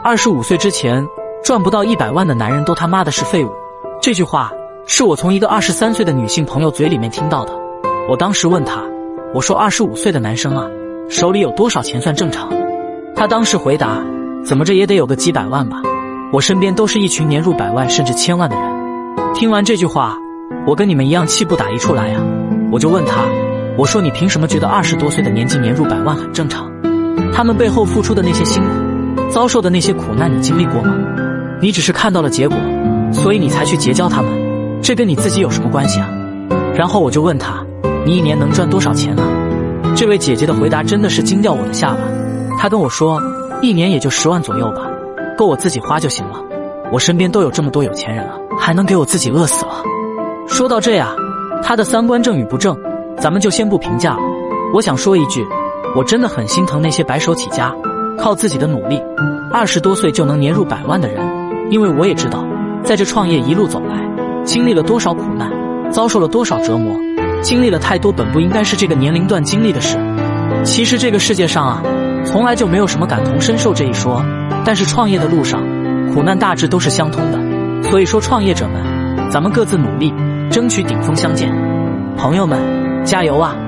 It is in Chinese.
25岁之前赚不到100万的男人都他妈的是废物。这句话是我从一个23岁的女性朋友嘴里面听到的。我当时问她，我说25岁的男生啊，手里有多少钱算正常？她当时回答，怎么着也得有个几百万吧，我身边都是一群年入100万甚至1000万的人。听完这句话，我跟你们一样气不打一处来啊！我就问她，我说你凭什么觉得20多岁的年纪年入100万很正常？他们背后付出的那些辛苦，遭受的那些苦难你经历过吗？你只是看到了结果，所以你才去结交他们，这跟你自己有什么关系啊？然后我就问她，你一年能赚多少钱啊？这位姐姐的回答真的是惊掉我的下巴。她跟我说，一年也就10万左右吧，够我自己花就行了。我身边都有这么多有钱人了，还能给我自己饿死了？说到这呀，她的三观正与不正，咱们就先不评价了。我想说一句，我真的很心疼那些白手起家，靠自己的努力，20多岁就能年入100万的人。因为我也知道，在这创业一路走来，经历了多少苦难，遭受了多少折磨，经历了太多本不应该是这个年龄段经历的事。其实这个世界上啊，从来就没有什么感同身受这一说，但是创业的路上，苦难大致都是相通的。所以说创业者们，咱们各自努力，争取顶峰相见。朋友们，加油啊！